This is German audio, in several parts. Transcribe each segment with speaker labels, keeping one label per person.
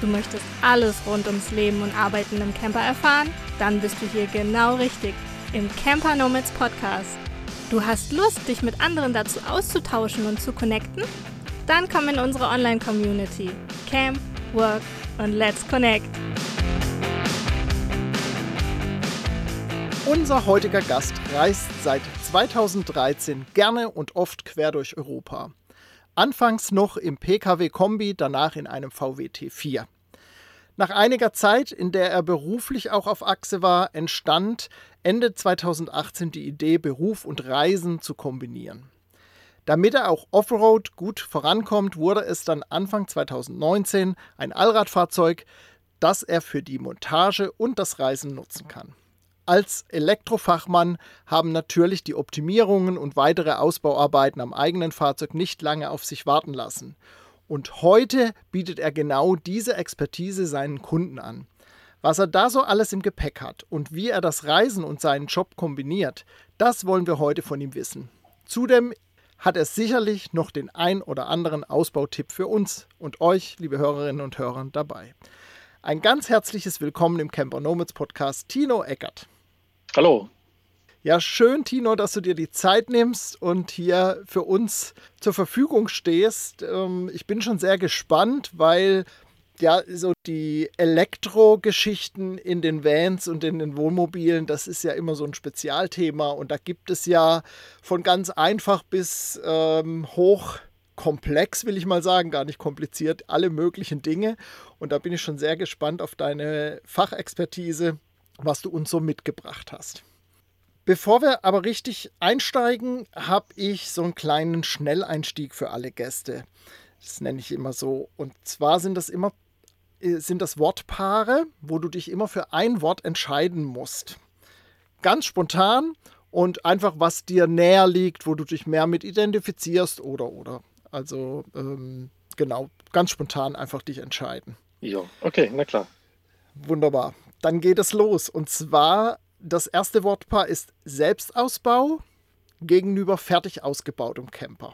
Speaker 1: Du möchtest alles rund ums Leben und Arbeiten im Camper erfahren? Dann bist du hier genau richtig, im Camper Nomads Podcast. Du hast Lust, dich mit anderen dazu auszutauschen und zu connecten? Dann komm in unsere Online-Community. Camp, Work und Let's Connect.
Speaker 2: Unser heutiger Gast reist seit 2013 gerne und oft quer durch Europa. Anfangs noch im PKW-Kombi, danach in einem VW T4. Nach einiger Zeit, in der er beruflich auch auf Achse war, entstand Ende 2018 die Idee, Beruf und Reisen zu kombinieren. Damit er auch Offroad gut vorankommt, wurde es dann Anfang 2019 ein Allradfahrzeug, das er für die Montage und das Reisen nutzen kann. Als Elektrofachmann haben natürlich die Optimierungen und weitere Ausbauarbeiten am eigenen Fahrzeug nicht lange auf sich warten lassen. Und heute bietet er genau diese Expertise seinen Kunden an. Was er da so alles im Gepäck hat und wie er das Reisen und seinen Job kombiniert, das wollen wir heute von ihm wissen. Zudem hat er sicherlich noch den ein oder anderen Ausbautipp für uns und euch, liebe Hörerinnen und Hörer, dabei. Ein ganz herzliches Willkommen im Camper Nomads Podcast, Tino Eckert.
Speaker 3: Hallo.
Speaker 2: Ja, schön, Tino, dass du dir die Zeit nimmst und hier für uns zur Verfügung stehst. Ich bin schon sehr gespannt, weil ja so die Elektrogeschichten in den Vans und in den Wohnmobilen, das ist ja immer so ein Spezialthema und da gibt es ja von ganz einfach bis hoch komplex, will ich mal sagen, gar nicht kompliziert, alle möglichen Dinge. Und da bin ich schon sehr gespannt auf deine Fachexpertise, was du uns so mitgebracht hast. Bevor wir aber richtig einsteigen, habe ich so einen kleinen Schnelleinstieg für alle Gäste. Das nenne ich immer so. Und zwar sind das Wortpaare, wo du dich immer für ein Wort entscheiden musst. Ganz spontan und einfach, was dir näher liegt, wo du dich mehr mit identifizierst oder. Also genau, ganz spontan einfach dich entscheiden.
Speaker 3: Ja, okay, na klar.
Speaker 2: Wunderbar. Dann geht es los. Und zwar, das erste Wortpaar ist Selbstausbau gegenüber fertig ausgebautem Camper.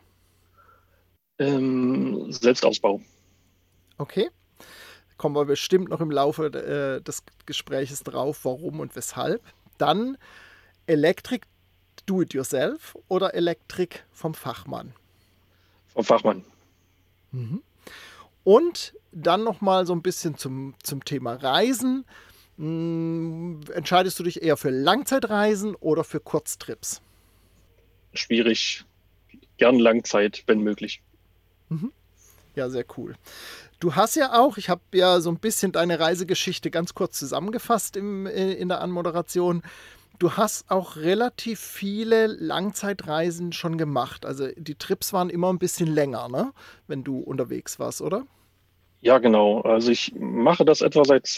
Speaker 3: Selbstausbau.
Speaker 2: Okay. Kommen wir bestimmt noch im Laufe des Gespräches drauf, warum und weshalb. Dann Elektrik do-it-yourself oder Elektrik vom Fachmann?
Speaker 3: Vom Fachmann.
Speaker 2: Mhm. Und dann nochmal so ein bisschen zum Thema Reisen. Entscheidest du dich eher für Langzeitreisen oder für Kurztrips?
Speaker 3: Schwierig. Gern Langzeit, wenn möglich.
Speaker 2: Mhm. Ja, sehr cool. Du hast ja auch, ich habe ja so ein bisschen deine Reisegeschichte ganz kurz zusammengefasst in der Anmoderation. Du hast auch relativ viele Langzeitreisen schon gemacht. Also die Trips waren immer ein bisschen länger, ne? Wenn du unterwegs warst, oder?
Speaker 3: Ja, genau. Also ich mache das etwa seit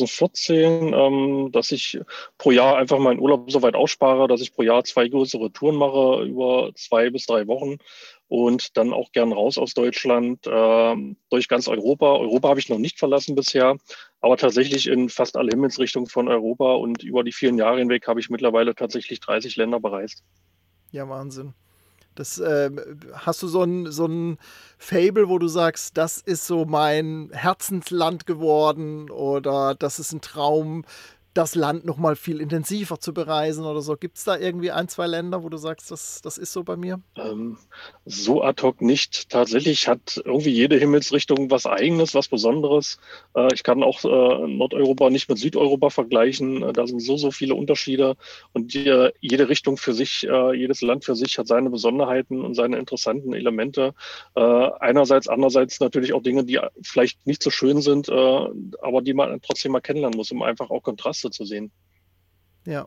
Speaker 3: 2014, dass ich pro Jahr einfach meinen Urlaub so weit ausspare, dass ich pro Jahr 2 größere Touren mache über 2 bis 3 Wochen und dann auch gern raus aus Deutschland, durch ganz Europa. Europa habe ich noch nicht verlassen bisher, aber tatsächlich in fast alle Himmelsrichtungen von Europa und über die vielen Jahre hinweg habe ich mittlerweile tatsächlich 30 Länder bereist.
Speaker 2: Ja, Wahnsinn. Das, hast du so ein Fable, wo du sagst, das ist so mein Herzensland geworden oder das ist ein Traum, das Land noch mal viel intensiver zu bereisen oder so? Gibt es da irgendwie 1, 2 Länder, wo du sagst, das ist so bei mir?
Speaker 3: So ad hoc nicht. Tatsächlich hat irgendwie jede Himmelsrichtung was Eigenes, was Besonderes. Ich kann auch Nordeuropa nicht mit Südeuropa vergleichen. Da sind so viele Unterschiede. Und jede Richtung für sich, jedes Land für sich hat seine Besonderheiten und seine interessanten Elemente. Andererseits natürlich auch Dinge, die vielleicht nicht so schön sind, aber die man trotzdem mal kennenlernen muss, um einfach auch Kontraste zu sehen.
Speaker 2: Ja.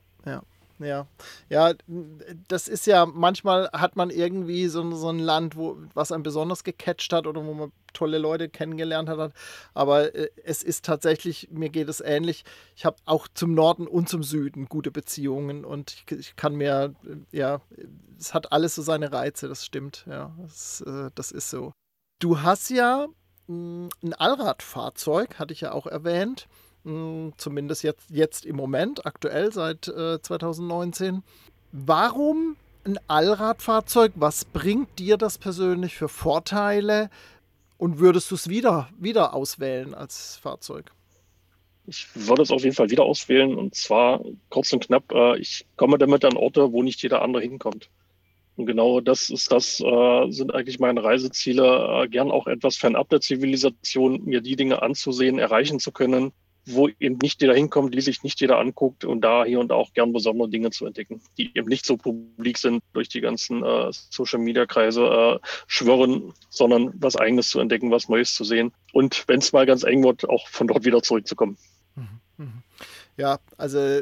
Speaker 2: Ja, das ist ja, manchmal hat man irgendwie so ein Land, was einen besonders gecatcht hat oder wo man tolle Leute kennengelernt hat. Aber es ist tatsächlich, mir geht es ähnlich. Ich habe auch zum Norden und zum Süden gute Beziehungen und ich kann mir, ja, es hat alles so seine Reize, das stimmt. Ja, das ist so. Du hast ja ein Allradfahrzeug, hatte ich ja auch erwähnt. Zumindest jetzt im Moment, aktuell seit 2019. Warum ein Allradfahrzeug? Was bringt dir das persönlich für Vorteile? Und würdest du es wieder auswählen als Fahrzeug?
Speaker 3: Ich würde es auf jeden Fall wieder auswählen, und zwar kurz und knapp, ich komme damit an Orte, wo nicht jeder andere hinkommt. Und genau sind eigentlich meine Reiseziele, gern auch etwas fernab der Zivilisation, mir die Dinge anzusehen, erreichen zu können, wo eben nicht jeder hinkommt, die sich nicht jeder anguckt, und da hier und da auch gern besondere Dinge zu entdecken, die eben nicht so publik sind, durch die ganzen Social-Media-Kreise schwirren, sondern was Eigenes zu entdecken, was Neues zu sehen. Und wenn es mal ganz eng wird, auch von dort wieder zurückzukommen.
Speaker 2: Ja, also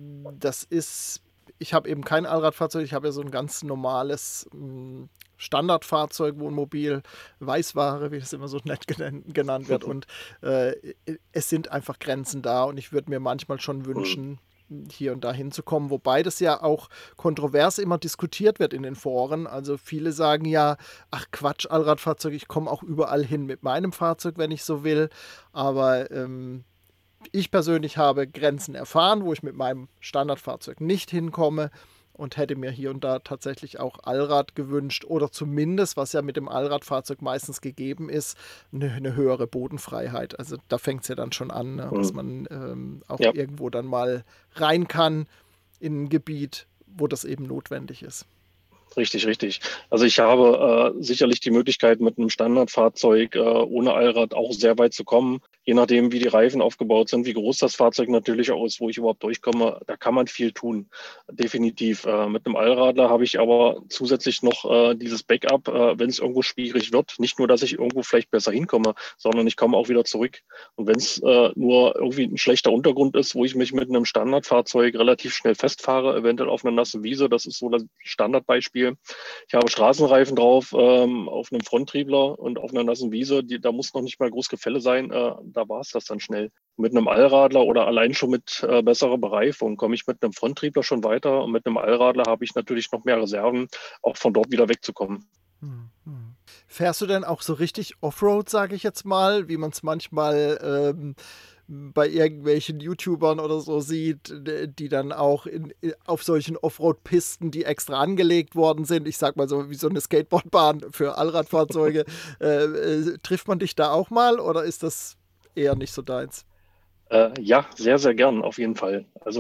Speaker 2: ich habe eben kein Allradfahrzeug, ich habe ja so ein ganz normales Standardfahrzeug, Wohnmobil, Weißware, wie das immer so nett genannt wird. Und es sind einfach Grenzen da, und ich würde mir manchmal schon wünschen, hier und da hinzukommen, wobei das ja auch kontrovers immer diskutiert wird in den Foren. Also viele sagen ja, ach Quatsch, Allradfahrzeug, ich komme auch überall hin mit meinem Fahrzeug, wenn ich so will. Aber ich persönlich habe Grenzen erfahren, wo ich mit meinem Standardfahrzeug nicht hinkomme, und hätte mir hier und da tatsächlich auch Allrad gewünscht, oder zumindest, was ja mit dem Allradfahrzeug meistens gegeben ist, eine höhere Bodenfreiheit. Also da fängt es ja dann schon an, ne, dass man auch irgendwo dann mal rein kann in ein Gebiet, wo das eben notwendig ist.
Speaker 3: Richtig, richtig. Also ich habe sicherlich die Möglichkeit, mit einem Standardfahrzeug ohne Allrad auch sehr weit zu kommen. Je nachdem, wie die Reifen aufgebaut sind, wie groß das Fahrzeug natürlich auch ist, wo ich überhaupt durchkomme, da kann man viel tun. Definitiv. Mit einem Allradler habe ich aber zusätzlich noch dieses Backup, wenn es irgendwo schwierig wird. Nicht nur, dass ich irgendwo vielleicht besser hinkomme, sondern ich komme auch wieder zurück. Und wenn es nur irgendwie ein schlechter Untergrund ist, wo ich mich mit einem Standardfahrzeug relativ schnell festfahre, eventuell auf einer nassen Wiese, das ist so das Standardbeispiel. Ich habe Straßenreifen drauf, auf einem Fronttriebler und auf einer nassen Wiese. Da muss noch nicht mal groß Gefälle sein. Da war es das dann schnell. Mit einem Allradler oder allein schon mit besserer Bereifung komme ich mit einem Fronttriebler schon weiter. Und mit einem Allradler habe ich natürlich noch mehr Reserven, auch von dort wieder wegzukommen.
Speaker 2: Fährst du denn auch so richtig Offroad, sage ich jetzt mal, wie man es manchmal bei irgendwelchen YouTubern oder so sieht, die dann auch auf solchen Offroad-Pisten, die extra angelegt worden sind, ich sag mal so wie so eine Skateboardbahn für Allradfahrzeuge, trifft man dich da auch mal, oder ist das eher nicht so deins?
Speaker 3: Ja, sehr, sehr gern, auf jeden Fall. Also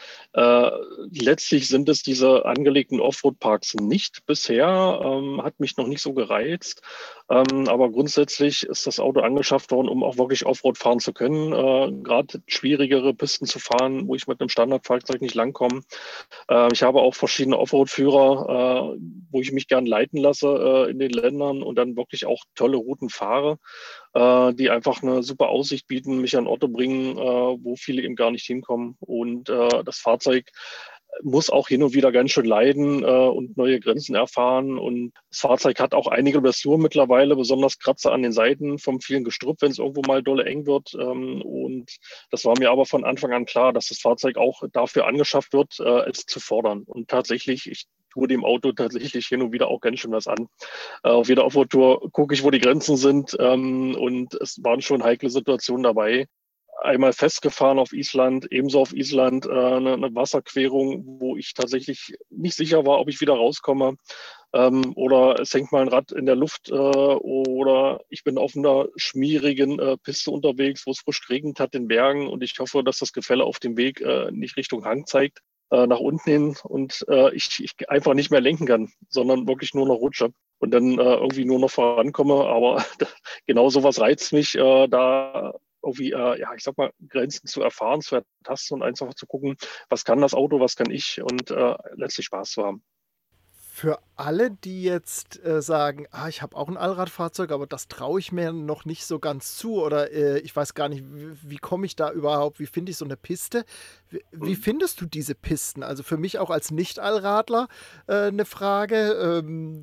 Speaker 3: letztlich sind es diese angelegten Offroad-Parks nicht bisher, hat mich noch nicht so gereizt. Aber grundsätzlich ist das Auto angeschafft worden, um auch wirklich Offroad fahren zu können. Gerade schwierigere Pisten zu fahren, wo ich mit einem Standardfahrzeug nicht langkomme. Ich habe auch verschiedene Offroad-Führer, wo ich mich gern leiten lasse in den Ländern und dann wirklich auch tolle Routen fahre, die einfach eine super Aussicht bieten, mich an Orte bringen, wo viele eben gar nicht hinkommen. Und das Fahrzeug muss auch hin und wieder ganz schön leiden und neue Grenzen erfahren. Und das Fahrzeug hat auch einige Blessuren mittlerweile, besonders Kratzer an den Seiten vom vielen Gestrüpp, wenn es irgendwo mal dolle eng wird. Und das war mir aber von Anfang an klar, dass das Fahrzeug auch dafür angeschafft wird, es zu fordern. Und tatsächlich, ich tue dem Auto tatsächlich hin und wieder auch ganz schön was an. Auf jeder Offroad-Tour gucke ich, wo die Grenzen sind. Und es waren schon heikle Situationen dabei. Einmal festgefahren auf Island, ebenso auf Island eine Wasserquerung, wo ich tatsächlich nicht sicher war, ob ich wieder rauskomme. Oder es hängt mal ein Rad in der Luft oder ich bin auf einer schmierigen Piste unterwegs, wo es frisch geregnet hat in Bergen, und ich hoffe, dass das Gefälle auf dem Weg nicht Richtung Hang zeigt, nach unten hin, und ich einfach nicht mehr lenken kann, sondern wirklich nur noch rutsche und dann irgendwie nur noch vorankomme. Aber genau sowas reizt mich, da irgendwie, ich sag mal, Grenzen zu erfahren, zu ertasten und einfach zu gucken, was kann das Auto, was kann ich, und letztlich Spaß zu haben.
Speaker 2: Für alle, die jetzt sagen, ich habe auch ein Allradfahrzeug, aber das traue ich mir noch nicht so ganz zu, oder ich weiß gar nicht, wie komme ich da überhaupt, wie finde ich so eine Piste? Wie findest du diese Pisten? Also für mich auch als Nicht-Allradler eine Frage.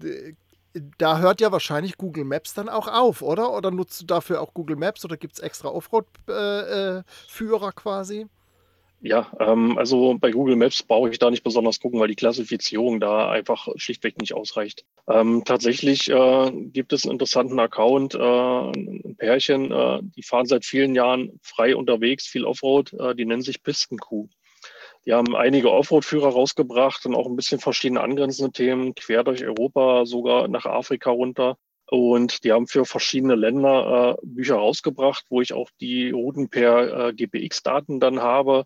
Speaker 2: Da hört ja wahrscheinlich Google Maps dann auch auf, oder? Oder nutzt du dafür auch Google Maps, oder gibt es extra Offroad-Führer quasi?
Speaker 3: Ja, also bei Google Maps brauche ich da nicht besonders gucken, weil die Klassifizierung da einfach schlichtweg nicht ausreicht. Tatsächlich gibt es einen interessanten Account, ein Pärchen, die fahren seit vielen Jahren frei unterwegs, viel Offroad, die nennen sich Pistenkuh. Die haben einige Offroad-Führer rausgebracht und auch ein bisschen verschiedene angrenzende Themen, quer durch Europa, sogar nach Afrika runter. Und die haben für verschiedene Länder Bücher rausgebracht, wo ich auch die Routen per GPX-Daten dann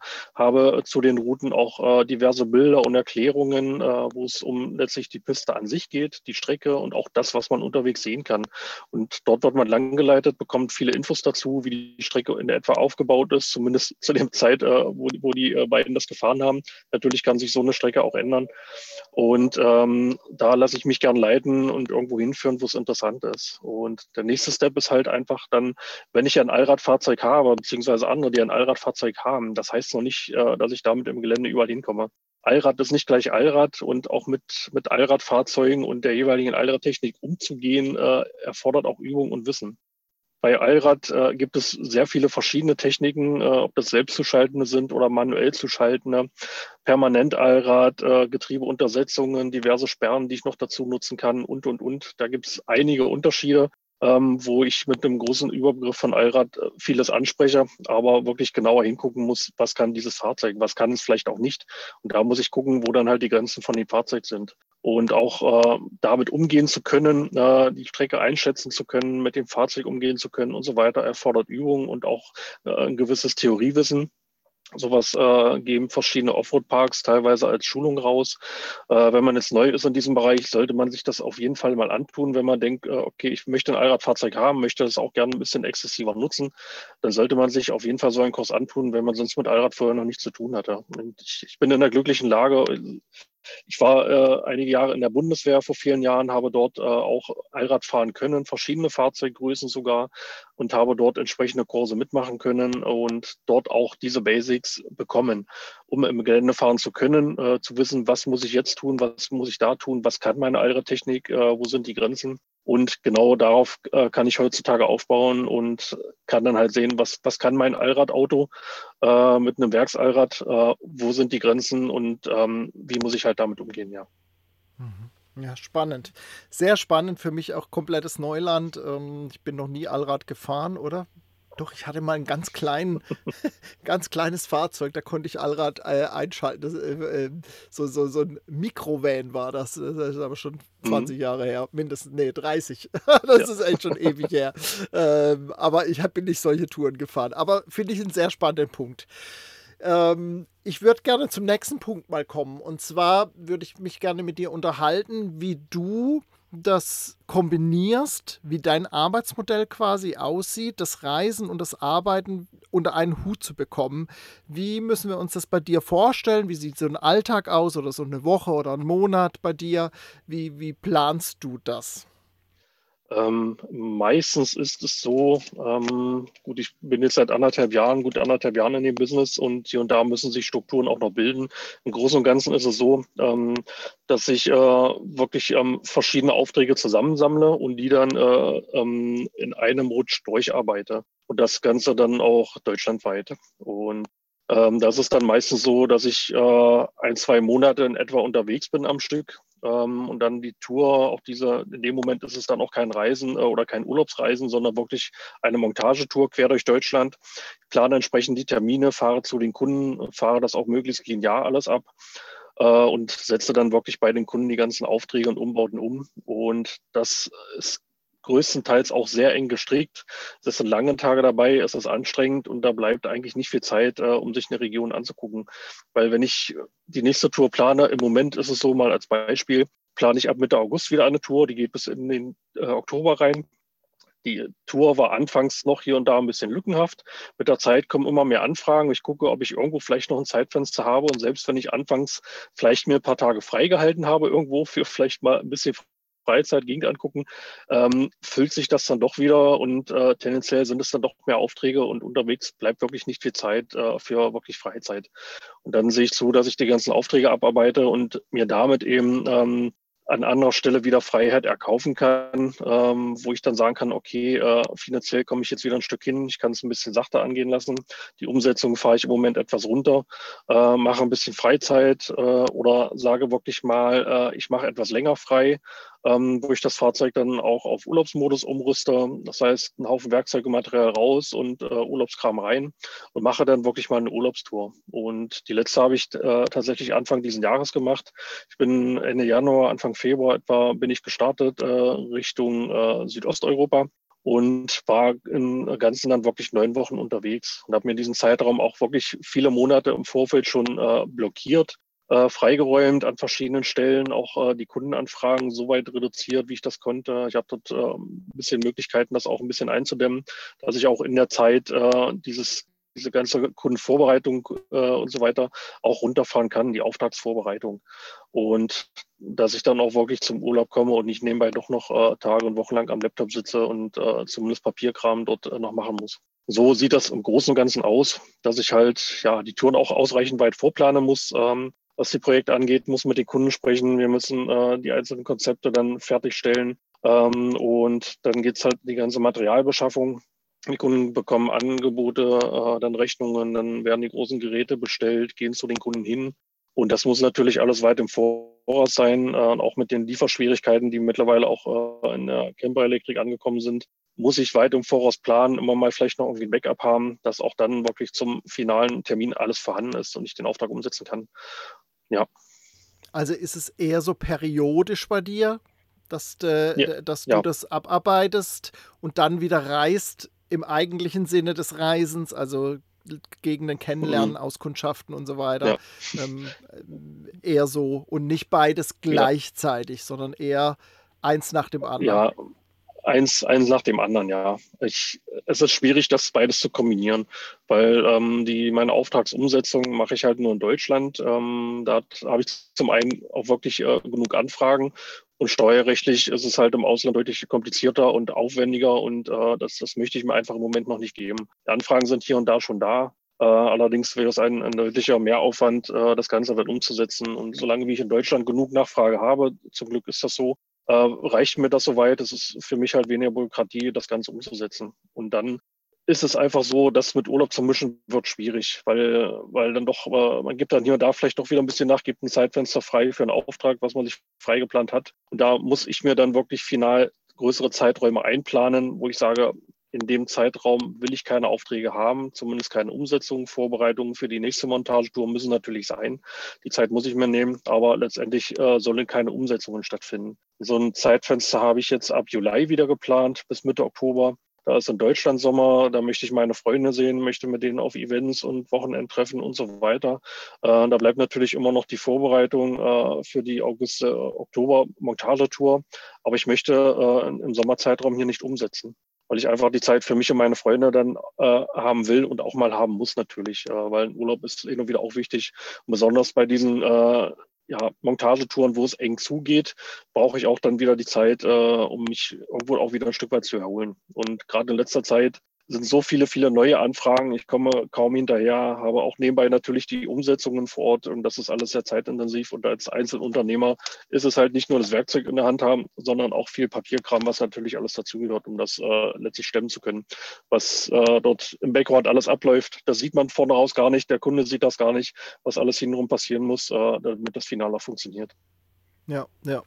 Speaker 3: habe zu den Routen auch diverse Bilder und Erklärungen, wo es um letztlich die Piste an sich geht, die Strecke und auch das, was man unterwegs sehen kann. Und dort wird man langgeleitet, bekommt viele Infos dazu, wie die Strecke in etwa aufgebaut ist, zumindest zu der Zeit, wo die beiden das gefahren haben. Natürlich kann sich so eine Strecke auch ändern. Und da lasse ich mich gern leiten und irgendwo hinführen, wo es interessant ist. Und der nächste Step ist halt einfach dann, wenn ich ein Allradfahrzeug habe, beziehungsweise andere, die ein Allradfahrzeug haben, das heißt noch nicht, dass ich damit im Gelände überall hinkomme. Allrad ist nicht gleich Allrad und auch mit Allradfahrzeugen und der jeweiligen Allradtechnik umzugehen, erfordert auch Übung und Wissen. Bei Allrad gibt es sehr viele verschiedene Techniken, ob das selbstzuschaltende sind oder manuell zu schaltende. Permanent-Allrad, Getriebeuntersetzungen, diverse Sperren, die ich noch dazu nutzen kann und. Da gibt es einige Unterschiede, wo ich mit einem großen Überbegriff von Allrad vieles anspreche, aber wirklich genauer hingucken muss, was kann dieses Fahrzeug, was kann es vielleicht auch nicht. Und da muss ich gucken, wo dann halt die Grenzen von dem Fahrzeug sind. Und auch damit umgehen zu können, die Strecke einschätzen zu können, mit dem Fahrzeug umgehen zu können und so weiter, erfordert Übung und auch ein gewisses Theoriewissen. Sowas geben verschiedene Offroad-Parks teilweise als Schulung raus. Wenn man jetzt neu ist in diesem Bereich, sollte man sich das auf jeden Fall mal antun. Wenn man denkt, okay, ich möchte ein Allradfahrzeug haben, möchte das auch gerne ein bisschen exzessiver nutzen, dann sollte man sich auf jeden Fall so einen Kurs antun, wenn man sonst mit Allrad vorher noch nichts zu tun hatte. Und ich bin in der glücklichen Lage. Ich war einige Jahre in der Bundeswehr vor vielen Jahren, habe dort auch Allrad fahren können, verschiedene Fahrzeuggrößen sogar, und habe dort entsprechende Kurse mitmachen können und dort auch diese Basics bekommen, um im Gelände fahren zu können, zu wissen, was muss ich jetzt tun, was muss ich da tun, was kann meine Allradtechnik, wo sind die Grenzen. Und genau darauf kann ich heutzutage aufbauen und kann dann halt sehen, was kann mein Allradauto mit einem Werksallrad, wo sind die Grenzen und wie muss ich halt damit umgehen, ja.
Speaker 2: Ja, spannend. Sehr spannend, für mich auch komplettes Neuland. Ich bin noch nie Allrad gefahren, oder? Doch, ich hatte mal einen ganz kleinen, ganz kleines Fahrzeug, da konnte ich Allrad einschalten. So ein Mikrovan war das. Das ist aber schon 20 Jahre her, mindestens, nee, 30. Das ist echt schon ewig her. Aber bin nicht solche Touren gefahren. Aber finde ich einen sehr spannenden Punkt. Ich würde gerne zum nächsten Punkt mal kommen. Und zwar würde ich mich gerne mit dir unterhalten, wie du das kombinierst, wie dein Arbeitsmodell quasi aussieht, das Reisen und das Arbeiten unter einen Hut zu bekommen. Wie müssen wir uns das bei dir vorstellen? Wie sieht so ein Alltag aus oder so eine Woche oder ein Monat bei dir? Wie planst du das?
Speaker 3: Meistens ist es so, gut, ich bin jetzt seit gut anderthalb Jahren in dem Business und hier und da müssen sich Strukturen auch noch bilden. Im Großen und Ganzen ist es so, dass ich wirklich verschiedene Aufträge zusammensammle und die dann in einem Rutsch durcharbeite. Und das Ganze dann auch deutschlandweit. Und das ist dann meistens so, dass ich 1, 2 Monate in etwa unterwegs bin am Stück. Und dann die Tour, in dem Moment ist es dann auch kein Reisen oder kein Urlaubsreisen, sondern wirklich eine Montagetour quer durch Deutschland. Ich plane entsprechend die Termine, fahre zu den Kunden, fahre das auch möglichst linear alles ab und setze dann wirklich bei den Kunden die ganzen Aufträge und Umbauten um. Und das ist größtenteils auch sehr eng gestrickt. Es sind lange Tage dabei, es ist anstrengend und da bleibt eigentlich nicht viel Zeit, um sich eine Region anzugucken. Weil wenn ich die nächste Tour plane, im Moment ist es so, mal als Beispiel, plane ich ab Mitte August wieder eine Tour, die geht bis in den Oktober rein. Die Tour war anfangs noch hier und da ein bisschen lückenhaft. Mit der Zeit kommen immer mehr Anfragen. Ich gucke, ob ich irgendwo vielleicht noch ein Zeitfenster habe. Und selbst wenn ich anfangs vielleicht mir ein paar Tage freigehalten habe, irgendwo für vielleicht mal ein bisschen Freizeit, Gegend angucken, füllt sich das dann doch wieder und tendenziell sind es dann doch mehr Aufträge und unterwegs bleibt wirklich nicht viel Zeit für wirklich Freizeit. Und dann sehe ich zu, dass ich die ganzen Aufträge abarbeite und mir damit eben an anderer Stelle wieder Freiheit erkaufen kann, wo ich dann sagen kann, okay, finanziell komme ich jetzt wieder ein Stück hin, ich kann es ein bisschen sachter angehen lassen. Die Umsetzung fahre ich im Moment etwas runter, mache ein bisschen Freizeit oder sage wirklich mal, ich mache etwas länger frei, wo ich das Fahrzeug dann auch auf Urlaubsmodus umrüste. Das heißt, einen Haufen Werkzeugmaterial raus und Urlaubskram rein und mache dann wirklich mal eine Urlaubstour. Und die letzte habe ich tatsächlich Anfang diesen Jahres gemacht. Ich bin Ende Januar, Anfang Februar etwa bin ich gestartet Richtung Südosteuropa und war im ganzen Land wirklich 9 Wochen unterwegs und habe mir diesen Zeitraum auch wirklich viele Monate im Vorfeld schon blockiert, freigeräumt an verschiedenen Stellen, auch die Kundenanfragen so weit reduziert, wie ich das konnte. Ich habe dort ein bisschen Möglichkeiten, das auch ein bisschen einzudämmen, dass ich auch in der Zeit diese ganze Kundenvorbereitung und so weiter auch runterfahren kann, die Auftragsvorbereitung. Und dass ich dann auch wirklich zum Urlaub komme und nicht nebenbei doch noch Tage und Wochen lang am Laptop sitze und zumindest Papierkram dort noch machen muss. So sieht das im Großen und Ganzen aus, dass ich halt ja die Touren auch ausreichend weit vorplanen muss. Was die Projekte angeht, muss mit den Kunden sprechen. Wir müssen die einzelnen Konzepte dann fertigstellen. Und dann geht's halt die ganze Materialbeschaffung. Die Kunden bekommen Angebote, dann Rechnungen, dann werden die großen Geräte bestellt, gehen zu den Kunden hin. Und das muss natürlich alles weit im Voraus sein. Und auch mit den Lieferschwierigkeiten, die mittlerweile auch in der Camperelektrik angekommen sind, muss ich weit im Voraus planen, immer mal vielleicht noch irgendwie ein Backup haben, dass auch dann wirklich zum finalen Termin alles vorhanden ist und ich den Auftrag umsetzen kann. Ja.
Speaker 2: Also ist es eher so periodisch bei dir, dass du
Speaker 3: Ja.
Speaker 2: das abarbeitest und dann wieder reist im eigentlichen Sinne des Reisens, also Gegenden kennenlernen, Auskundschaften und so weiter.
Speaker 3: Ja.
Speaker 2: Eher so und nicht beides gleichzeitig, sondern eher eins nach dem anderen.
Speaker 3: Ja, eins nach dem anderen, ja. Es ist schwierig, das beides zu kombinieren, weil meine Auftragsumsetzung mache ich halt nur in Deutschland. Da habe ich zum einen auch wirklich genug Anfragen und steuerrechtlich ist es halt im Ausland deutlich komplizierter und aufwendiger und das möchte ich mir einfach im Moment noch nicht geben. Die Anfragen sind hier und da schon da. Allerdings wäre es ein deutlicher Mehraufwand, das Ganze dann umzusetzen. Und solange wie ich in Deutschland genug Nachfrage habe, zum Glück ist das so, reicht mir das soweit. Es ist für mich halt weniger Bürokratie, das Ganze umzusetzen. Und dann ist es einfach so, das mit Urlaub zu mischen wird schwierig, weil dann doch, man gibt dann hier und da vielleicht doch wieder ein bisschen nach, gibt ein Zeitfenster frei für einen Auftrag, was man sich frei geplant hat. Und da muss ich mir dann wirklich final größere Zeiträume einplanen, wo ich sage, in dem Zeitraum will ich keine Aufträge haben, zumindest keine Umsetzung. Vorbereitungen für die nächste Montagetour müssen natürlich sein. Die Zeit muss ich mir nehmen, aber letztendlich sollen keine Umsetzungen stattfinden. So ein Zeitfenster habe ich jetzt ab Juli wieder geplant bis Mitte Oktober. Da ist in Deutschland Sommer, da möchte ich meine Freunde sehen, möchte mit denen auf Events und Wochenendtreffen und so weiter. Da bleibt natürlich immer noch die Vorbereitung für die Oktober-Montagetour. Aber ich möchte im Sommerzeitraum hier nicht umsetzen, weil ich einfach die Zeit für mich und meine Freunde dann haben will und auch mal haben muss natürlich, weil ein Urlaub ist hin und wieder auch wichtig. Und besonders bei diesen Montagetouren, wo es eng zugeht, brauche ich auch dann wieder die Zeit, um mich irgendwo auch wieder ein Stück weit zu erholen. Und gerade in letzter Zeit sind so viele neue Anfragen. Ich komme kaum hinterher, habe auch nebenbei natürlich die Umsetzungen vor Ort und das ist alles sehr zeitintensiv. Und als Einzelunternehmer ist es halt nicht nur das Werkzeug in der Hand haben, sondern auch viel Papierkram, was natürlich alles dazugehört, um das letztlich stemmen zu können. Was dort im Background alles abläuft, das sieht man vorne raus gar nicht, der Kunde sieht das gar nicht, was alles hintenrum passieren muss, damit das Finale funktioniert.
Speaker 2: Ja.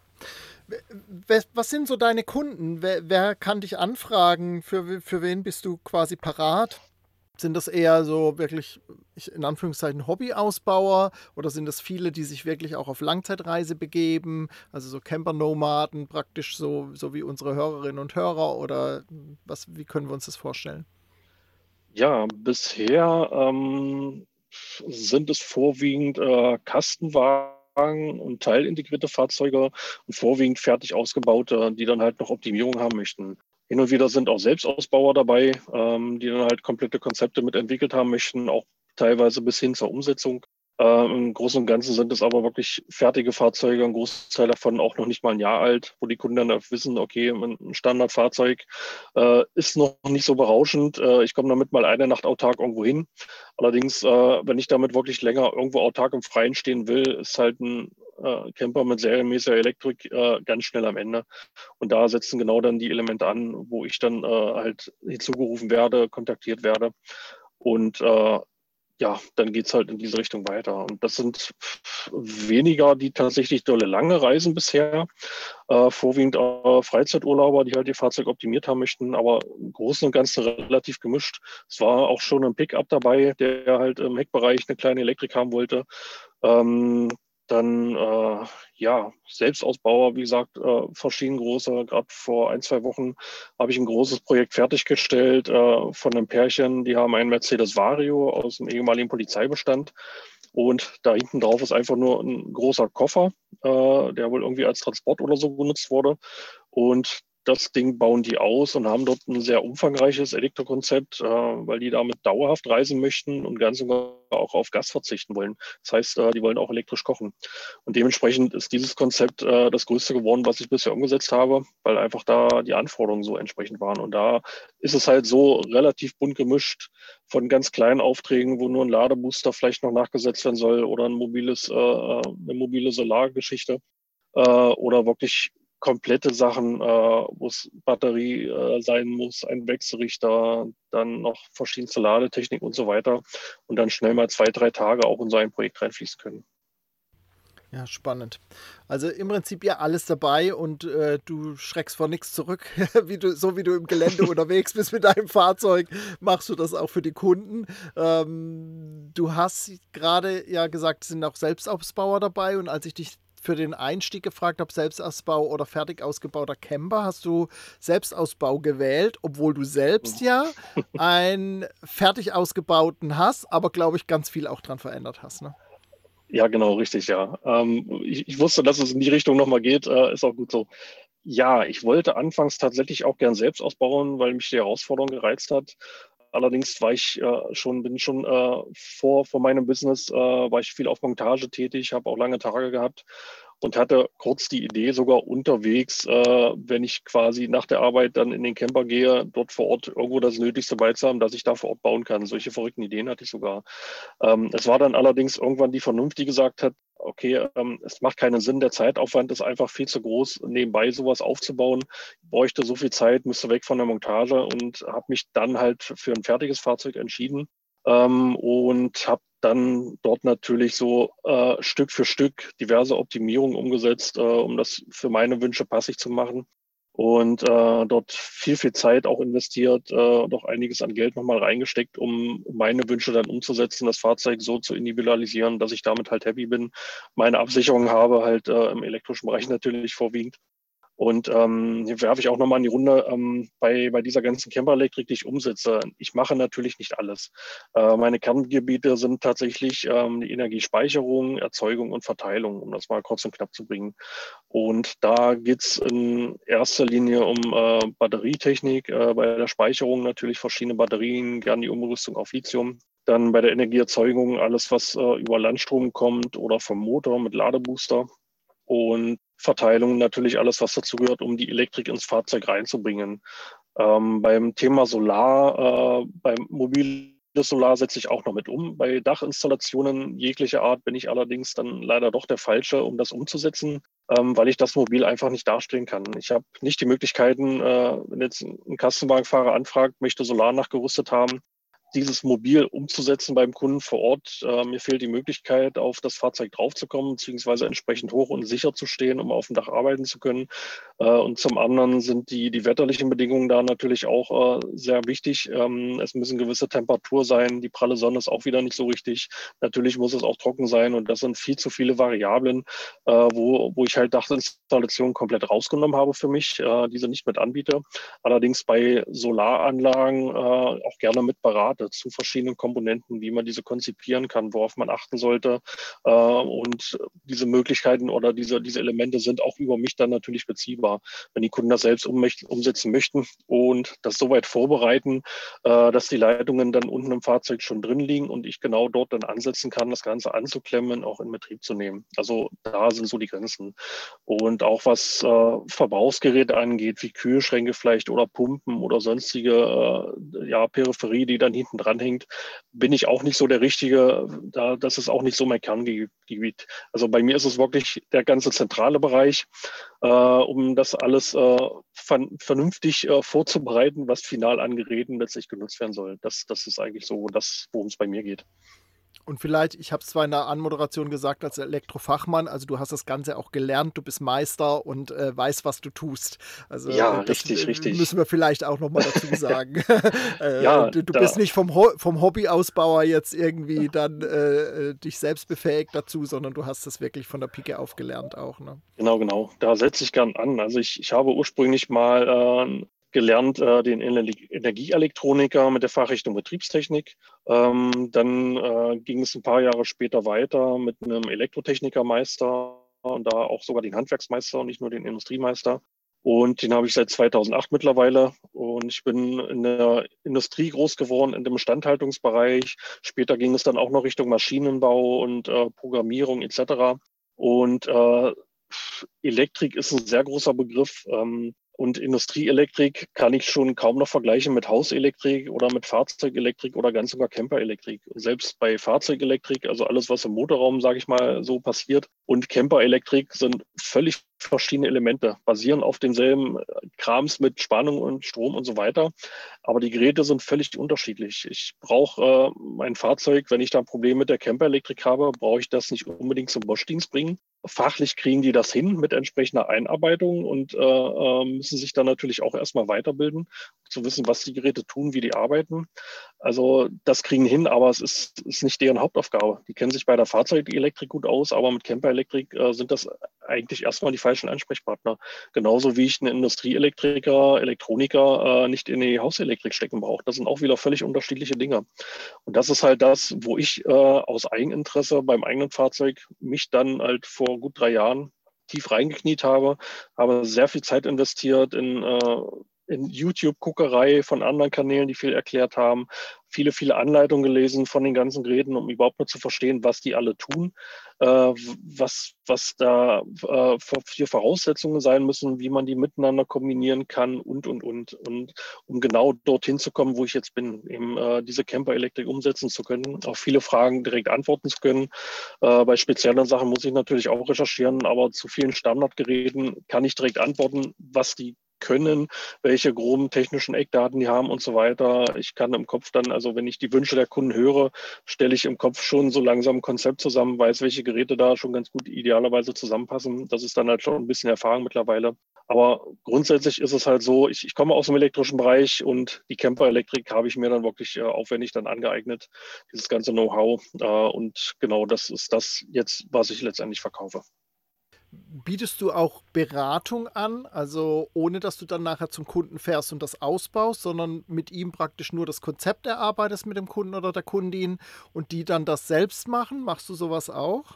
Speaker 2: Was sind so deine Kunden? Wer kann dich anfragen? Für wen bist du quasi parat? Sind das eher so wirklich, in Anführungszeichen, Hobbyausbauer oder sind das viele, die sich wirklich auch auf Langzeitreise begeben? Also so Camper-Nomaden praktisch, so wie unsere Hörerinnen und Hörer oder wie können wir uns das vorstellen?
Speaker 3: Ja, bisher sind es vorwiegend Kastenwagen und teilintegrierte Fahrzeuge und vorwiegend fertig ausgebaute, die dann halt noch Optimierung haben möchten. Hin und wieder sind auch Selbstausbauer dabei, die dann halt komplette Konzepte mitentwickelt haben möchten, auch teilweise bis hin zur Umsetzung. Im Großen und Ganzen sind es aber wirklich fertige Fahrzeuge, ein Großteil davon auch noch nicht mal ein Jahr alt, wo die Kunden dann auch wissen, okay, ein Standardfahrzeug ist noch nicht so berauschend. Ich komme damit mal eine Nacht autark irgendwo hin. Allerdings, wenn ich damit wirklich länger irgendwo autark im Freien stehen will, ist halt ein Camper mit serienmäßiger Elektrik ganz schnell am Ende. Und da setzen genau dann die Elemente an, wo ich dann halt hinzugerufen werde, kontaktiert werde. Und ja, dann geht es halt in diese Richtung weiter. Und das sind weniger die tatsächlich dolle lange Reisen bisher. Vorwiegend Freizeiturlauber, die halt ihr Fahrzeug optimiert haben möchten, aber im Großen und Ganzen relativ gemischt. Es war auch schon ein Pickup dabei, der halt im Heckbereich eine kleine Elektrik haben wollte. Dann ja, Selbstausbauer, wie gesagt, verschieden große. Gerade vor 1, 2 Wochen habe ich ein großes Projekt fertiggestellt von einem Pärchen. Die haben einen Mercedes Vario aus dem ehemaligen Polizeibestand. Und da hinten drauf ist einfach nur ein großer Koffer, der wohl irgendwie als Transport oder so genutzt wurde. Und das Ding bauen die aus und haben dort ein sehr umfangreiches Elektrokonzept, weil die damit dauerhaft reisen möchten und ganz und gar auch auf Gas verzichten wollen. Das heißt, die wollen auch elektrisch kochen. Und dementsprechend ist dieses Konzept das größte geworden, was ich bisher umgesetzt habe, weil einfach da die Anforderungen so entsprechend waren. Und da ist es halt so relativ bunt gemischt von ganz kleinen Aufträgen, wo nur ein Ladebooster vielleicht noch nachgesetzt werden soll oder eine mobile Solargeschichte oder wirklich komplette Sachen, wo es Batterie sein muss, ein Wechselrichter, dann noch verschiedenste Ladetechnik und so weiter und dann schnell mal 2, 3 Tage auch in so ein Projekt reinfließen können.
Speaker 2: Ja, spannend. Also im Prinzip ja alles dabei und du schreckst vor nichts zurück. So wie du im Gelände unterwegs bist mit deinem Fahrzeug, machst du das auch für die Kunden. Du hast gerade ja gesagt, es sind auch Selbstausbauer dabei und als ich dich für den Einstieg gefragt habe, Selbstausbau oder fertig ausgebauter Camper, hast du Selbstausbau gewählt, obwohl du selbst ja einen fertig ausgebauten hast, aber glaube ich ganz viel auch dran verändert hast, ne?
Speaker 3: Ja, genau, richtig, ja. Ich wusste, dass es in die Richtung nochmal geht, ist auch gut so. Ja, ich wollte anfangs tatsächlich auch gern selbst ausbauen, weil mich die Herausforderung gereizt hat. Allerdings bin schon vor meinem Business, war ich viel auf Montage tätig, habe auch lange Tage gehabt und hatte kurz die Idee sogar unterwegs, wenn ich quasi nach der Arbeit dann in den Camper gehe, dort vor Ort irgendwo das Nötigste bei zu haben, dass ich da vor Ort bauen kann. Solche verrückten Ideen hatte ich sogar. Es war dann allerdings irgendwann die Vernunft, die gesagt hat, okay, es macht keinen Sinn, der Zeitaufwand ist einfach viel zu groß, nebenbei sowas aufzubauen. Ich bräuchte so viel Zeit, müsste weg von der Montage und habe mich dann halt für ein fertiges Fahrzeug entschieden und habe dann dort natürlich so Stück für Stück diverse Optimierungen umgesetzt, um das für meine Wünsche passig zu machen. Und dort viel Zeit auch investiert und auch einiges an Geld nochmal reingesteckt, um meine Wünsche dann umzusetzen, das Fahrzeug so zu individualisieren, dass ich damit halt happy bin. Meine Absicherung habe halt im elektrischen Bereich natürlich vorwiegend. Und hier werfe ich auch nochmal in die Runde bei dieser ganzen Camperelektrik, die ich umsetze. Ich mache natürlich nicht alles. Meine Kerngebiete sind tatsächlich die Energiespeicherung, Erzeugung und Verteilung, um das mal kurz und knapp zu bringen. Und da geht es in erster Linie um Batterietechnik, bei der Speicherung natürlich verschiedene Batterien, gerne die Umrüstung auf Lithium. Dann bei der Energieerzeugung alles, was über Landstrom kommt oder vom Motor mit Ladebooster. Und Verteilung natürlich alles, was dazu gehört, um die Elektrik ins Fahrzeug reinzubringen. Beim Thema Solar, beim mobiles Solar setze ich auch noch mit um. Bei Dachinstallationen jeglicher Art bin ich allerdings dann leider doch der Falsche, um das umzusetzen, weil ich das mobil einfach nicht darstellen kann. Ich habe nicht die Möglichkeiten, wenn jetzt ein Kastenwagenfahrer anfragt, möchte Solar nachgerüstet haben, dieses mobil umzusetzen beim Kunden vor Ort. Mir fehlt die Möglichkeit, auf das Fahrzeug draufzukommen, beziehungsweise entsprechend hoch und sicher zu stehen, um auf dem Dach arbeiten zu können. Und zum anderen sind die wetterlichen Bedingungen da natürlich auch sehr wichtig. Es müssen gewisse Temperatur sein. Die pralle Sonne ist auch wieder nicht so richtig. Natürlich muss es auch trocken sein. Und das sind viel zu viele Variablen, wo ich halt Dachinstallationen komplett rausgenommen habe für mich, diese nicht mit anbiete. Allerdings bei Solaranlagen auch gerne mit berate zu verschiedenen Komponenten, wie man diese konzipieren kann, worauf man achten sollte. Und diese Möglichkeiten oder diese Elemente sind auch über mich dann natürlich beziehbar, wenn die Kunden das selbst umsetzen möchten und das soweit vorbereiten, dass die Leitungen dann unten im Fahrzeug schon drin liegen und ich genau dort dann ansetzen kann, das Ganze anzuklemmen, auch in Betrieb zu nehmen. Also da sind so die Grenzen. Und auch was Verbrauchsgeräte angeht, wie Kühlschränke vielleicht oder Pumpen oder sonstige Peripherie, die dann hinten dran hängt, bin ich auch nicht so der Richtige. Das ist auch nicht so mein Kerngebiet. Also bei mir ist es wirklich der ganze zentrale Bereich, um das alles vernünftig vorzubereiten, was final an Geräten letztlich genutzt werden soll. Das ist eigentlich so das, worum es bei mir geht.
Speaker 2: Und vielleicht, ich habe es zwar in der Anmoderation gesagt, als Elektrofachmann, also du hast das Ganze auch gelernt, du bist Meister und weißt, was du tust. Also
Speaker 3: Ja,
Speaker 2: das
Speaker 3: richtig, richtig.
Speaker 2: müssen wir vielleicht auch nochmal dazu sagen.
Speaker 3: Ja,
Speaker 2: Du bist nicht vom Hobbyausbauer jetzt irgendwie dann dich selbst befähigt dazu, sondern du hast das wirklich von der Pike auf gelernt auch. Ne?
Speaker 3: genau. Da setze ich gern an. Also ich habe ursprünglich mal gelernt, den Energieelektroniker mit der Fachrichtung Betriebstechnik. Dann ging es ein paar Jahre später weiter mit einem Elektrotechnikermeister und da auch sogar den Handwerksmeister und nicht nur den Industriemeister. Und den habe ich seit 2008 mittlerweile. Und ich bin in der Industrie groß geworden, in dem Instandhaltungsbereich. Später ging es dann auch noch Richtung Maschinenbau und Programmierung etc. Und Elektrik ist ein sehr großer Begriff. Und Industrieelektrik kann ich schon kaum noch vergleichen mit Hauselektrik oder mit Fahrzeugelektrik oder ganz sogar Camperelektrik. Selbst bei Fahrzeugelektrik, also alles, was im Motorraum, sage ich mal, so passiert, und Camperelektrik sind völlig verschiedene Elemente, basieren auf denselben Krams mit Spannung und Strom und so weiter. Aber die Geräte sind völlig unterschiedlich. Ich brauche mein Fahrzeug, wenn ich da ein Problem mit der Camperelektrik habe, brauche ich das nicht unbedingt zum Boschdienst bringen. Fachlich kriegen die das hin mit entsprechender Einarbeitung und müssen sich dann natürlich auch erstmal weiterbilden, zu wissen, was die Geräte tun, wie die arbeiten. Also das kriegen hin, aber es ist nicht deren Hauptaufgabe. Die kennen sich bei der Fahrzeugelektrik gut aus, aber mit Camperelektrik sind das eigentlich erstmal die falschen Ansprechpartner. Genauso wie ich einen Industrieelektriker, Elektroniker nicht in die Hauselektrik stecken brauche. Das sind auch wieder völlig unterschiedliche Dinge. Und das ist halt das, wo ich aus Eigeninteresse beim eigenen Fahrzeug mich dann halt vor gut 3 Jahren tief reingekniet habe sehr viel Zeit investiert in YouTube-Guckerei von anderen Kanälen, die viel erklärt haben, viele Anleitungen gelesen von den ganzen Geräten, um überhaupt nur zu verstehen, was die alle tun, was da für Voraussetzungen sein müssen, wie man die miteinander kombinieren kann und um genau dorthin zu kommen, wo ich jetzt bin, eben diese Camper-Elektrik umsetzen zu können, auf viele Fragen direkt antworten zu können. Bei speziellen Sachen muss ich natürlich auch recherchieren, aber zu vielen Standardgeräten kann ich direkt antworten, was die können, welche groben technischen Eckdaten die haben und so weiter. Ich kann im Kopf dann, also wenn ich die Wünsche der Kunden höre, stelle ich im Kopf schon so langsam ein Konzept zusammen, weiß, welche Geräte da schon ganz gut idealerweise zusammenpassen. Das ist dann halt schon ein bisschen Erfahrung mittlerweile. Aber grundsätzlich ist es halt so, ich komme aus dem elektrischen Bereich und die Camper-Elektrik habe ich mir dann wirklich aufwendig dann angeeignet, dieses ganze Know-how. Und genau das ist das jetzt, was ich letztendlich verkaufe.
Speaker 2: Bietest du auch Beratung an, also ohne dass du dann nachher zum Kunden fährst und das ausbaust, sondern mit ihm praktisch nur das Konzept erarbeitest mit dem Kunden oder der Kundin und die dann das selbst machen? Machst du sowas auch?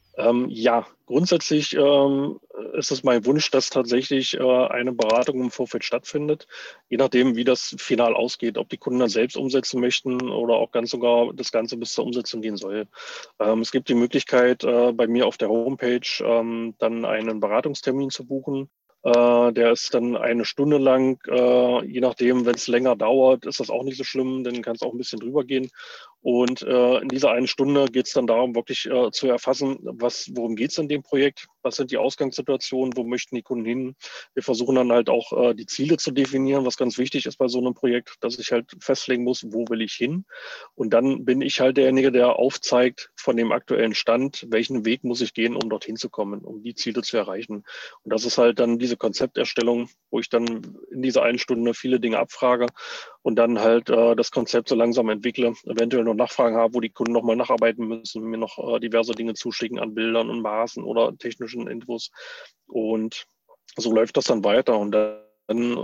Speaker 3: Ja, grundsätzlich ist es mein Wunsch, dass tatsächlich eine Beratung im Vorfeld stattfindet, je nachdem, wie das final ausgeht, ob die Kunden dann selbst umsetzen möchten oder auch ganz sogar das Ganze bis zur Umsetzung gehen soll. Es gibt die Möglichkeit, bei mir auf der Homepage dann einen Beratungstermin zu buchen. Der ist dann 1 Stunde lang, je nachdem, wenn es länger dauert, ist das auch nicht so schlimm, dann kann es auch ein bisschen drüber gehen. Und in dieser 1 Stunde geht es dann darum, wirklich zu erfassen, worum geht es in dem Projekt, was sind die Ausgangssituationen, wo möchten die Kunden hin. Wir versuchen dann halt auch die Ziele zu definieren, was ganz wichtig ist bei so einem Projekt, dass ich halt festlegen muss, wo will ich hin. Und dann bin ich halt derjenige, der aufzeigt von dem aktuellen Stand, welchen Weg muss ich gehen, um dorthin zu kommen, um die Ziele zu erreichen. Und das ist halt dann diese Konzepterstellung, wo ich dann in dieser 1 Stunde viele Dinge abfrage und dann halt das Konzept so langsam entwickle, eventuell noch Nachfragen habe, wo die Kunden nochmal nacharbeiten müssen, mir noch diverse Dinge zuschicken an Bildern und Maßen oder technischen Infos. Und so läuft das dann weiter. Und dann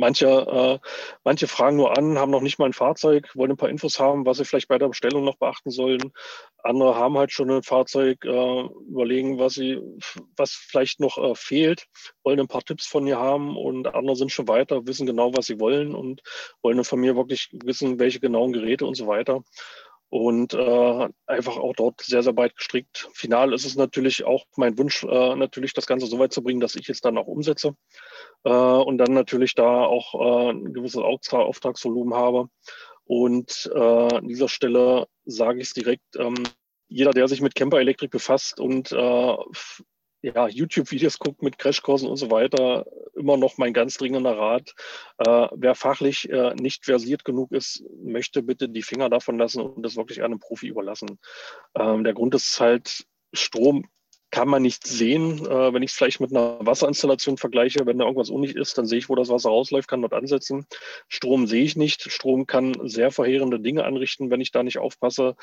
Speaker 3: manche fragen nur an, haben noch nicht mal ein Fahrzeug, wollen ein paar Infos haben, was sie vielleicht bei der Bestellung noch beachten sollen. Andere haben halt schon ein Fahrzeug, überlegen, was vielleicht noch fehlt, wollen ein paar Tipps von mir haben und andere sind schon weiter, wissen genau, was sie wollen und wollen dann von mir wirklich wissen, welche genauen Geräte und so weiter. Und einfach auch dort sehr, sehr weit gestrickt. Final ist es natürlich auch mein Wunsch, natürlich das Ganze so weit zu bringen, dass ich es dann auch umsetze und dann natürlich da auch ein gewisses Auftragsvolumen habe. Und an dieser Stelle sage ich es direkt, jeder, der sich mit Camper-Elektrik befasst und ja, YouTube-Videos guckt mit Crashkursen und so weiter, immer noch mein ganz dringender Rat. Wer fachlich nicht versiert genug ist, möchte bitte die Finger davon lassen und das wirklich einem Profi überlassen. Der Grund ist halt, Strom kann man nicht sehen. Wenn ich es vielleicht mit einer Wasserinstallation vergleiche, wenn da irgendwas undicht ist, dann sehe ich, wo das Wasser rausläuft, kann dort ansetzen. Strom sehe ich nicht. Strom kann sehr verheerende Dinge anrichten, wenn ich da nicht aufpasse.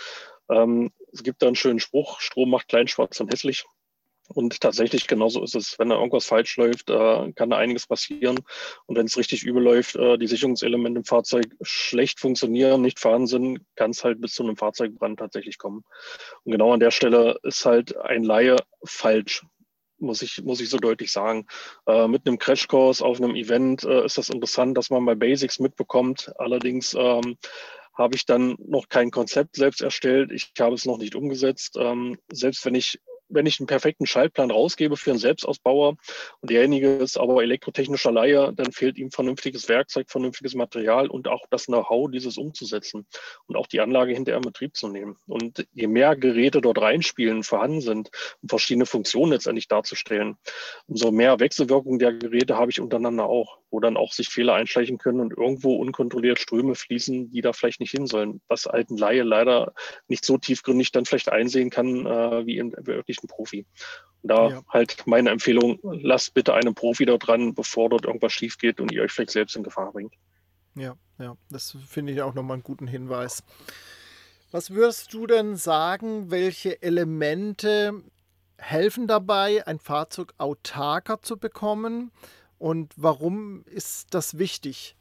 Speaker 3: Es gibt da einen schönen Spruch, Strom macht klein, schwarz und hässlich. Und tatsächlich genauso ist es. Wenn da irgendwas falsch läuft, kann da einiges passieren. Und wenn es richtig übel läuft, die Sicherungselemente im Fahrzeug schlecht funktionieren, nicht vorhanden sind, kann es halt bis zu einem Fahrzeugbrand tatsächlich kommen. Und genau an der Stelle ist halt ein Laie falsch, muss ich so deutlich sagen. Mit einem Crashkurs auf einem Event ist das interessant, dass man bei Basics mitbekommt. Allerdings habe ich dann noch kein Konzept selbst erstellt. Ich habe es noch nicht umgesetzt. Selbst wenn ich einen perfekten Schaltplan rausgebe für einen Selbstausbauer und derjenige ist aber elektrotechnischer Laie, dann fehlt ihm vernünftiges Werkzeug, vernünftiges Material und auch das Know-how, dieses umzusetzen und auch die Anlage hinterher in Betrieb zu nehmen. Und je mehr Geräte dort reinspielen, vorhanden sind, um verschiedene Funktionen letztendlich darzustellen, umso mehr Wechselwirkung der Geräte habe ich untereinander auch, wo dann auch sich Fehler einschleichen können und irgendwo unkontrolliert Ströme fließen, die da vielleicht nicht hin sollen, was halt ein Laie leider nicht so tiefgründig dann vielleicht einsehen kann, wie wirklich ein Profi. Und da halt meine Empfehlung, lasst bitte einen Profi dort dran, bevor dort irgendwas schief geht und ihr euch vielleicht selbst in Gefahr bringt.
Speaker 2: Ja, das finde ich auch nochmal einen guten Hinweis. Was würdest du denn sagen, welche Elemente helfen dabei, ein Fahrzeug autarker zu bekommen? Und warum ist das wichtig?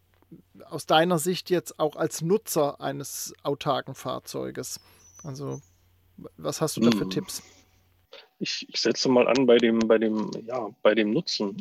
Speaker 2: Aus deiner Sicht jetzt auch als Nutzer eines autarken Fahrzeuges. Also, was hast du da für Tipps?
Speaker 3: Ich setze mal an bei dem Nutzen.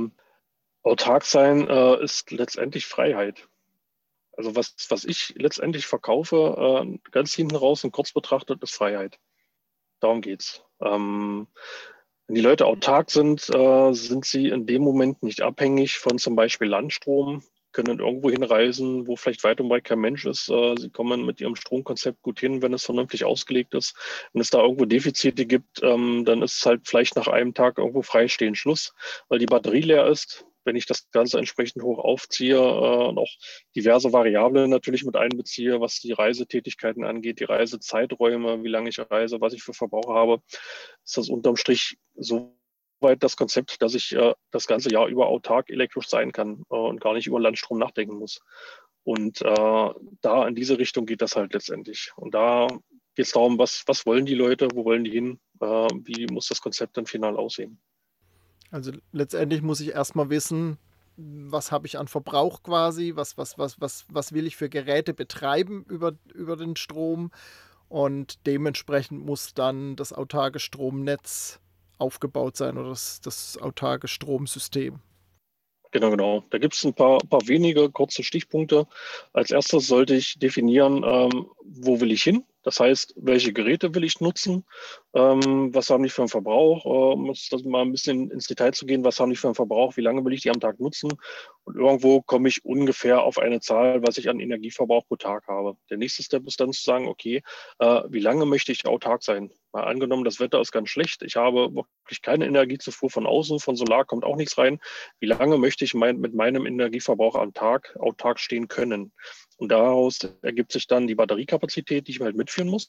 Speaker 3: Autark sein ist letztendlich Freiheit. Also was ich letztendlich verkaufe, ganz hinten raus und kurz betrachtet, ist Freiheit. Darum geht's. Wenn die Leute autark sind, sind sie in dem Moment nicht abhängig von zum Beispiel Landstrom, können irgendwo hinreisen, wo vielleicht weit und breit kein Mensch ist. Sie kommen mit ihrem Stromkonzept gut hin, wenn es vernünftig ausgelegt ist. Wenn es da irgendwo Defizite gibt, dann ist es halt vielleicht nach einem Tag irgendwo freistehend Schluss, weil die Batterie leer ist. Wenn ich das Ganze entsprechend hoch aufziehe und auch diverse Variablen natürlich mit einbeziehe, was die Reisetätigkeiten angeht, die Reisezeiträume, wie lange ich reise, was ich für Verbrauch habe, ist das unterm Strich so weit das Konzept, dass ich das ganze Jahr über autark elektrisch sein kann und gar nicht über Landstrom nachdenken muss. Und da in diese Richtung geht das halt letztendlich. Und da geht es darum, was wollen die Leute, wo wollen die hin, wie muss das Konzept dann final aussehen.
Speaker 2: Also letztendlich muss ich erstmal wissen, was habe ich an Verbrauch quasi, was will ich für Geräte betreiben über den Strom, und dementsprechend muss dann das autarke Stromnetz aufgebaut sein oder das autarke Stromsystem.
Speaker 3: Genau. Da gibt es ein paar wenige kurze Stichpunkte. Als erstes sollte ich definieren, wo will ich hin? Das heißt, welche Geräte will ich nutzen? Was haben die für einen Verbrauch? Um das mal ein bisschen ins Detail zu gehen, was haben die für einen Verbrauch? Wie lange will ich die am Tag nutzen? Und irgendwo komme ich ungefähr auf eine Zahl, was ich an Energieverbrauch pro Tag habe. Der nächste Step ist dann zu sagen, okay, wie lange möchte ich autark sein? Mal angenommen, das Wetter ist ganz schlecht. Ich habe wirklich keine Energiezufuhr von außen, von Solar kommt auch nichts rein. Wie lange möchte ich mit meinem Energieverbrauch am Tag autark stehen können? Und daraus ergibt sich dann die Batteriekapazität, die ich halt mitführen muss,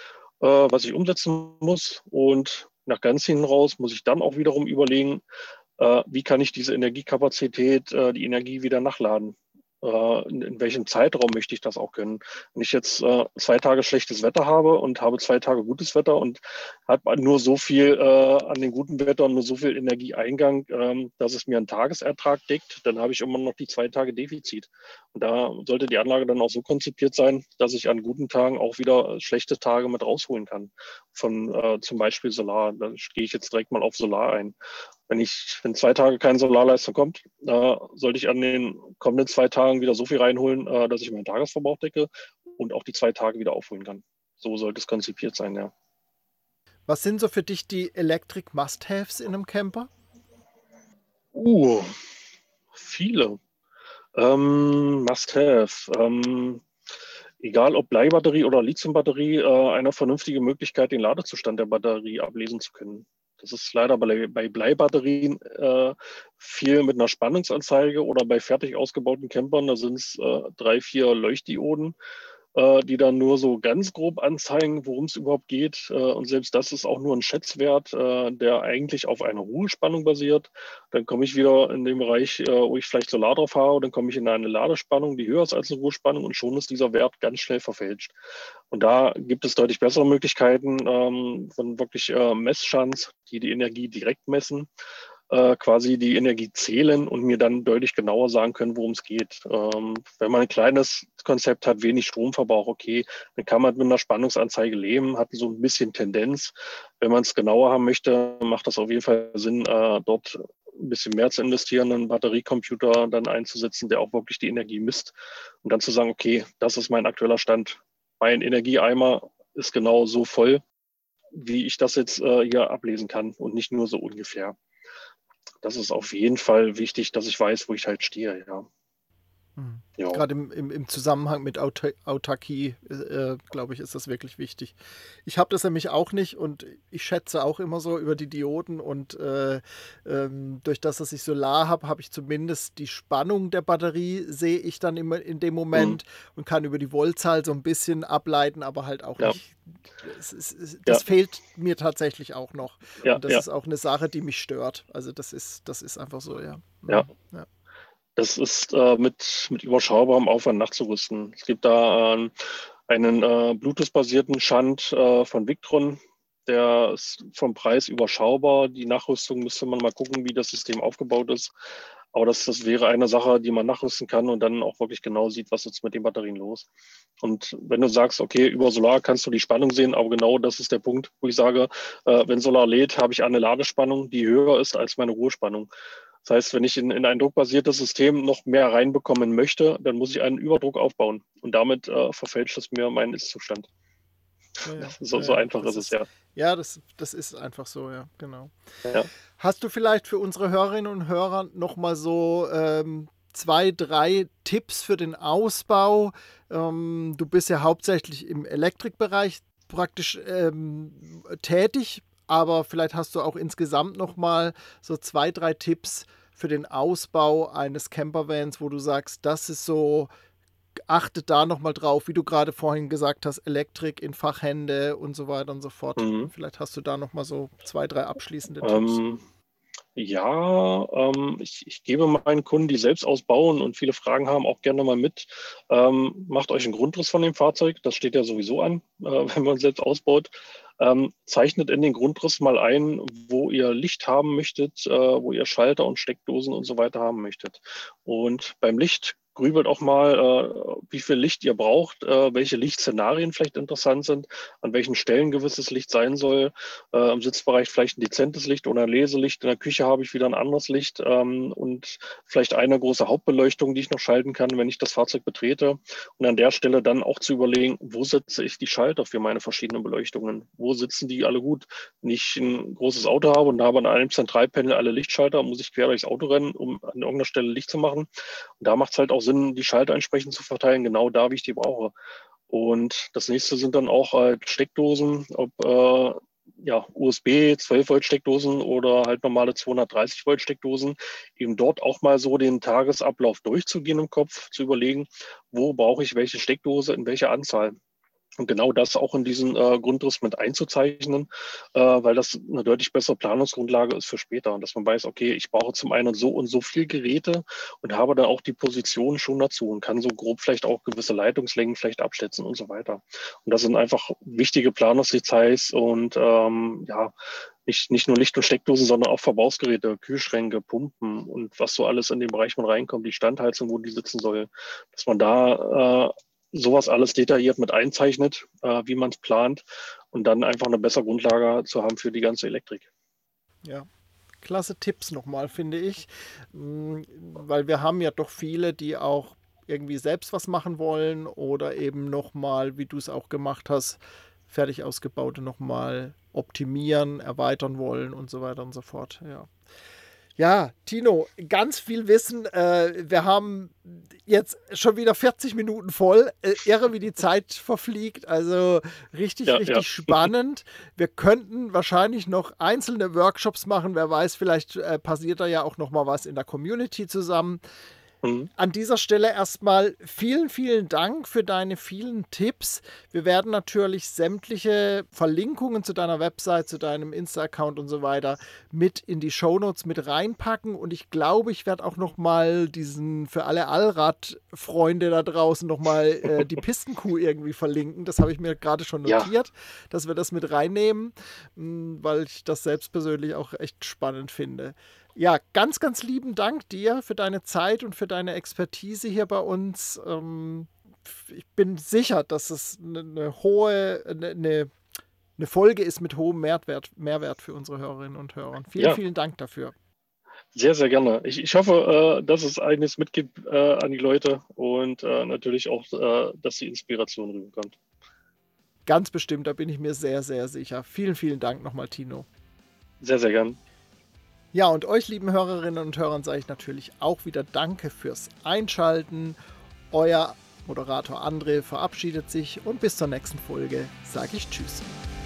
Speaker 3: was ich umsetzen muss. Und nach ganz hinten raus muss ich dann auch wiederum überlegen, wie kann ich diese Energiekapazität, die Energie wieder nachladen? In welchem Zeitraum möchte ich das auch können? Wenn ich jetzt 2 Tage schlechtes Wetter habe und habe 2 Tage gutes Wetter und habe nur so viel an den guten Wettern, nur so viel Energieeingang, dass es mir einen Tagesertrag deckt, dann habe ich immer noch die 2 Tage Defizit. Und da sollte die Anlage dann auch so konzipiert sein, dass ich an guten Tagen auch wieder schlechte Tage mit rausholen kann. Von zum Beispiel Solar. Da gehe ich jetzt direkt mal auf Solar ein. Wenn 2 Tage keine Solarleistung kommt, sollte ich an den kommenden 2 Tagen wieder so viel reinholen, dass ich meinen Tagesverbrauch decke und auch die 2 Tage wieder aufholen kann. So sollte es konzipiert sein, ja.
Speaker 2: Was sind so für dich die Electric Must-Haves in einem Camper?
Speaker 3: Viele. Must-Have. Egal ob Bleibatterie oder Lithiumbatterie, eine vernünftige Möglichkeit, den Ladezustand der Batterie ablesen zu können. Das ist leider bei Bleibatterien viel mit einer Spannungsanzeige oder bei fertig ausgebauten Campern, da sind es 3, 4 Leuchtdioden, die dann nur so ganz grob anzeigen, worum es überhaupt geht. Und selbst das ist auch nur ein Schätzwert, der eigentlich auf einer Ruhespannung basiert. Dann komme ich wieder in den Bereich, wo ich vielleicht Solar drauf habe, dann komme ich in eine Ladespannung, die höher ist als eine Ruhespannung und schon ist dieser Wert ganz schnell verfälscht. Und da gibt es deutlich bessere Möglichkeiten von wirklich Messschanz, die die Energie direkt messen, quasi die Energie zählen und mir dann deutlich genauer sagen können, worum es geht. Wenn man ein kleines Konzept hat, wenig Stromverbrauch, okay, dann kann man mit einer Spannungsanzeige leben, hat so ein bisschen Tendenz. Wenn man es genauer haben möchte, macht das auf jeden Fall Sinn, dort ein bisschen mehr zu investieren, einen Batteriecomputer dann einzusetzen, der auch wirklich die Energie misst und dann zu sagen, okay, das ist mein aktueller Stand. Mein Energieeimer ist genau so voll, wie ich das jetzt hier ablesen kann und nicht nur so ungefähr. Das ist auf jeden Fall wichtig, dass ich weiß, wo ich halt stehe, ja. Ja.
Speaker 2: Gerade im Zusammenhang mit Autarkie, glaube ich, ist das wirklich wichtig. Ich habe das nämlich auch nicht und ich schätze auch immer so über die Dioden und durch das, dass ich Solar habe, habe ich zumindest die Spannung der Batterie, sehe ich dann immer in dem Moment und kann über die Voltzahl so ein bisschen ableiten, aber halt auch nicht. Das fehlt mir tatsächlich auch noch. Und das ist auch eine Sache, die mich stört. Also das ist einfach so, ja.
Speaker 3: Ja. Das ist mit überschaubarem Aufwand nachzurüsten. Es gibt da einen Bluetooth-basierten Shunt von Victron. Der ist vom Preis überschaubar. Die Nachrüstung müsste man mal gucken, wie das System aufgebaut ist. Aber das wäre eine Sache, die man nachrüsten kann und dann auch wirklich genau sieht, was ist mit den Batterien los. Und wenn du sagst, okay, über Solar kannst du die Spannung sehen, aber genau das ist der Punkt, wo ich sage, wenn Solar lädt, habe ich eine Ladespannung, die höher ist als meine Ruhespannung. Das heißt, wenn ich in ein druckbasiertes System noch mehr reinbekommen möchte, dann muss ich einen Überdruck aufbauen. Und damit verfälscht es mir meinen Ist-Zustand. So einfach ist es, ja.
Speaker 2: Ja, das ist einfach so, ja, genau.
Speaker 3: Ja.
Speaker 2: Hast du vielleicht für unsere Hörerinnen und Hörer nochmal so 2, 3 Tipps für den Ausbau? Du bist ja hauptsächlich im Elektrikbereich praktisch tätig, aber vielleicht hast du auch insgesamt nochmal so 2, 3 Tipps für den Ausbau eines Campervans, wo du sagst, das ist so, achte da nochmal drauf, wie du gerade vorhin gesagt hast, Elektrik in Fachhände und so weiter und so fort. Vielleicht hast du da nochmal so 2, 3 abschließende Tipps.
Speaker 3: Ich gebe meinen Kunden, die selbst ausbauen und viele Fragen haben, auch gerne mal mit. Macht euch einen Grundriss von dem Fahrzeug, das steht ja sowieso an, wenn man selbst ausbaut. Zeichnet in den Grundriss mal ein, wo ihr Licht haben möchtet, wo ihr Schalter und Steckdosen und so weiter haben möchtet. Und beim Licht grübelt auch mal, wie viel Licht ihr braucht, welche Lichtszenarien vielleicht interessant sind, an welchen Stellen gewisses Licht sein soll. Im Sitzbereich vielleicht ein dezentes Licht oder ein Leselicht. In der Küche habe ich wieder ein anderes Licht und vielleicht eine große Hauptbeleuchtung, die ich noch schalten kann, wenn ich das Fahrzeug betrete. Und an der Stelle dann auch zu überlegen, wo setze ich die Schalter für meine verschiedenen Beleuchtungen? Wo sitzen die alle gut? Wenn ich ein großes Auto habe und habe an einem Zentralpanel alle Lichtschalter, muss ich quer durchs Auto rennen, um an irgendeiner Stelle Licht zu machen. Und da macht es halt auch Sinn, die Schalter entsprechend zu verteilen, genau da, wie ich die brauche. Und das nächste sind dann auch Steckdosen, ob USB 12 Volt Steckdosen oder halt normale 230 Volt Steckdosen, eben dort auch mal so den Tagesablauf durchzugehen im Kopf, zu überlegen, wo brauche ich welche Steckdose, in welcher Anzahl. Und genau das auch in diesen Grundriss mit einzuzeichnen, weil das eine deutlich bessere Planungsgrundlage ist für später. Und dass man weiß, okay, ich brauche zum einen so und so viel Geräte und habe dann auch die Position schon dazu und kann so grob vielleicht auch gewisse Leitungslängen vielleicht abschätzen und so weiter. Und das sind einfach wichtige Planungsdetails und nicht nur Licht- und Steckdosen, sondern auch Verbrauchsgeräte, Kühlschränke, Pumpen und was so alles in den Bereich mit reinkommt, die Standheizung, wo die sitzen soll, dass man da sowas alles detailliert mit einzeichnet, wie man es plant und dann einfach eine bessere Grundlage zu haben für die ganze Elektrik.
Speaker 2: Ja, klasse Tipps nochmal, finde ich, weil wir haben ja doch viele, die auch irgendwie selbst was machen wollen oder eben nochmal, wie du es auch gemacht hast, fertig ausgebaute nochmal optimieren, erweitern wollen und so weiter und so fort, ja. Ja, Tino, ganz viel Wissen. Wir haben jetzt schon wieder 40 Minuten voll. Irre, wie die Zeit verfliegt. Also richtig spannend. Wir könnten wahrscheinlich noch einzelne Workshops machen. Wer weiß, vielleicht passiert da ja auch noch mal was in der Community zusammen. An dieser Stelle erstmal vielen, vielen Dank für deine vielen Tipps. Wir werden natürlich sämtliche Verlinkungen zu deiner Website, zu deinem Insta-Account und so weiter mit in die Shownotes mit reinpacken. Und ich glaube, ich werde auch nochmal diesen für alle Allrad-Freunde da draußen nochmal die Pistenkuh irgendwie verlinken. Das habe ich mir gerade schon notiert, dass wir das mit reinnehmen, weil ich das selbst persönlich auch echt spannend finde. Ja, ganz, ganz lieben Dank dir für deine Zeit und für deine Expertise hier bei uns. Ich bin sicher, dass es eine Folge ist mit hohem Mehrwert für unsere Hörerinnen und Hörer. Vielen, vielen Dank dafür.
Speaker 3: Sehr, sehr gerne. Ich hoffe, dass es einiges mitgibt an die Leute und natürlich auch, dass die Inspiration rüberkommt.
Speaker 2: Ganz bestimmt, da bin ich mir sehr, sehr sicher. Vielen, vielen Dank nochmal, Tino.
Speaker 3: Sehr, sehr gern.
Speaker 2: Ja, und euch, lieben Hörerinnen und Hörern, sage ich natürlich auch wieder Danke fürs Einschalten. Euer Moderator André verabschiedet sich und bis zur nächsten Folge sage ich Tschüss.